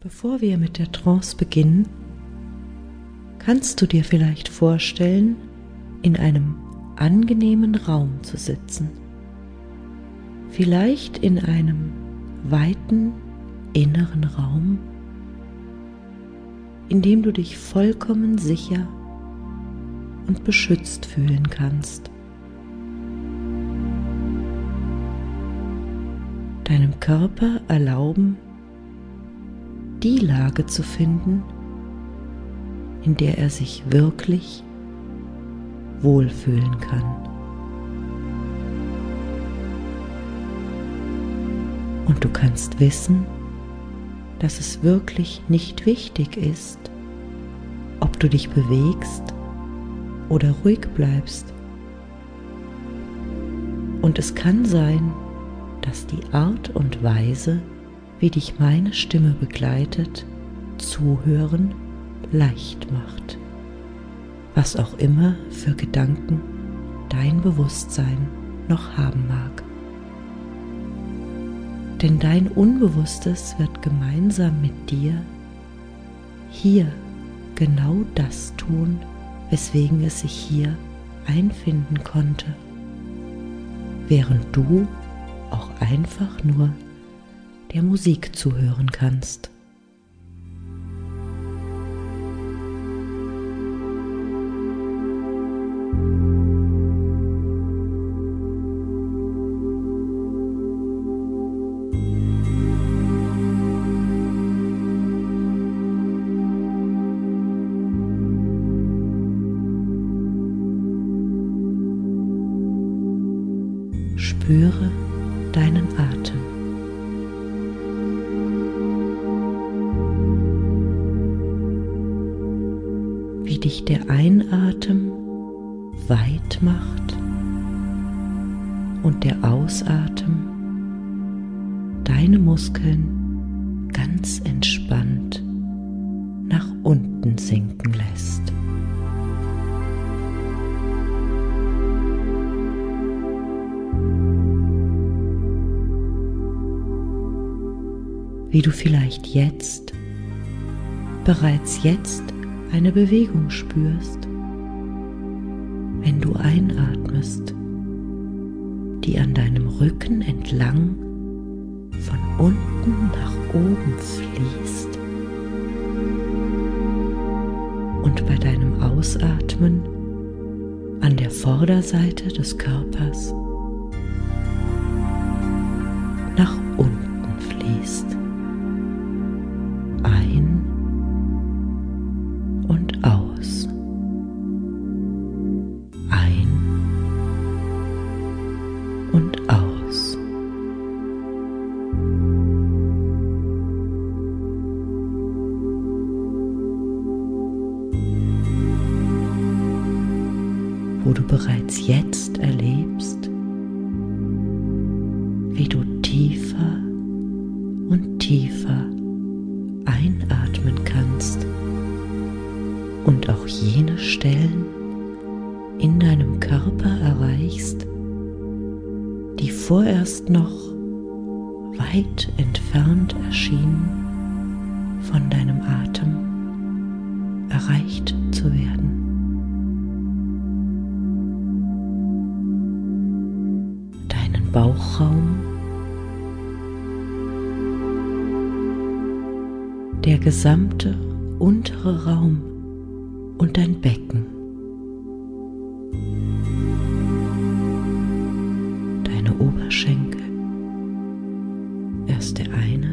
Bevor wir mit der Trance beginnen, kannst du dir vielleicht vorstellen, in einem angenehmen Raum zu sitzen. Vielleicht in einem weiten inneren Raum, in dem du dich vollkommen sicher und beschützt fühlen kannst. Deinem Körper erlauben, die Lage zu finden, in der er sich wirklich wohlfühlen kann. Und du kannst wissen, dass es wirklich nicht wichtig ist, ob du dich bewegst oder ruhig bleibst. Und es kann sein, dass die Art und Weise, wie dich meine Stimme begleitet, Zuhören leicht macht, was auch immer für Gedanken dein Bewusstsein noch haben mag. Denn dein Unbewusstes wird gemeinsam mit dir hier genau das tun, weswegen es sich hier einfinden konnte, während du auch einfach nur der Musik zuhören kannst. Spüre deinen Atem. Wie dich der Einatmen weit macht und der Ausatmen deine Muskeln ganz entspannt nach unten sinken lässt. Wie du vielleicht bereits jetzt eine Bewegung spürst, wenn du einatmest, die an deinem Rücken entlang von unten nach oben fließt und bei deinem Ausatmen an der Vorderseite des Körpers nach unten fließt. Ein und aus. Ein und aus. Wo du bereits jetzt erlebst, wie du tiefer und tiefer einatmen kannst und auch jene Stellen in deinem Körper erreichst, die vorerst noch weit entfernt erschienen, von deinem Atem erreicht zu werden. Deinen Bauchraum, der gesamte untere Raum und dein Becken, deine Oberschenkel, erst der eine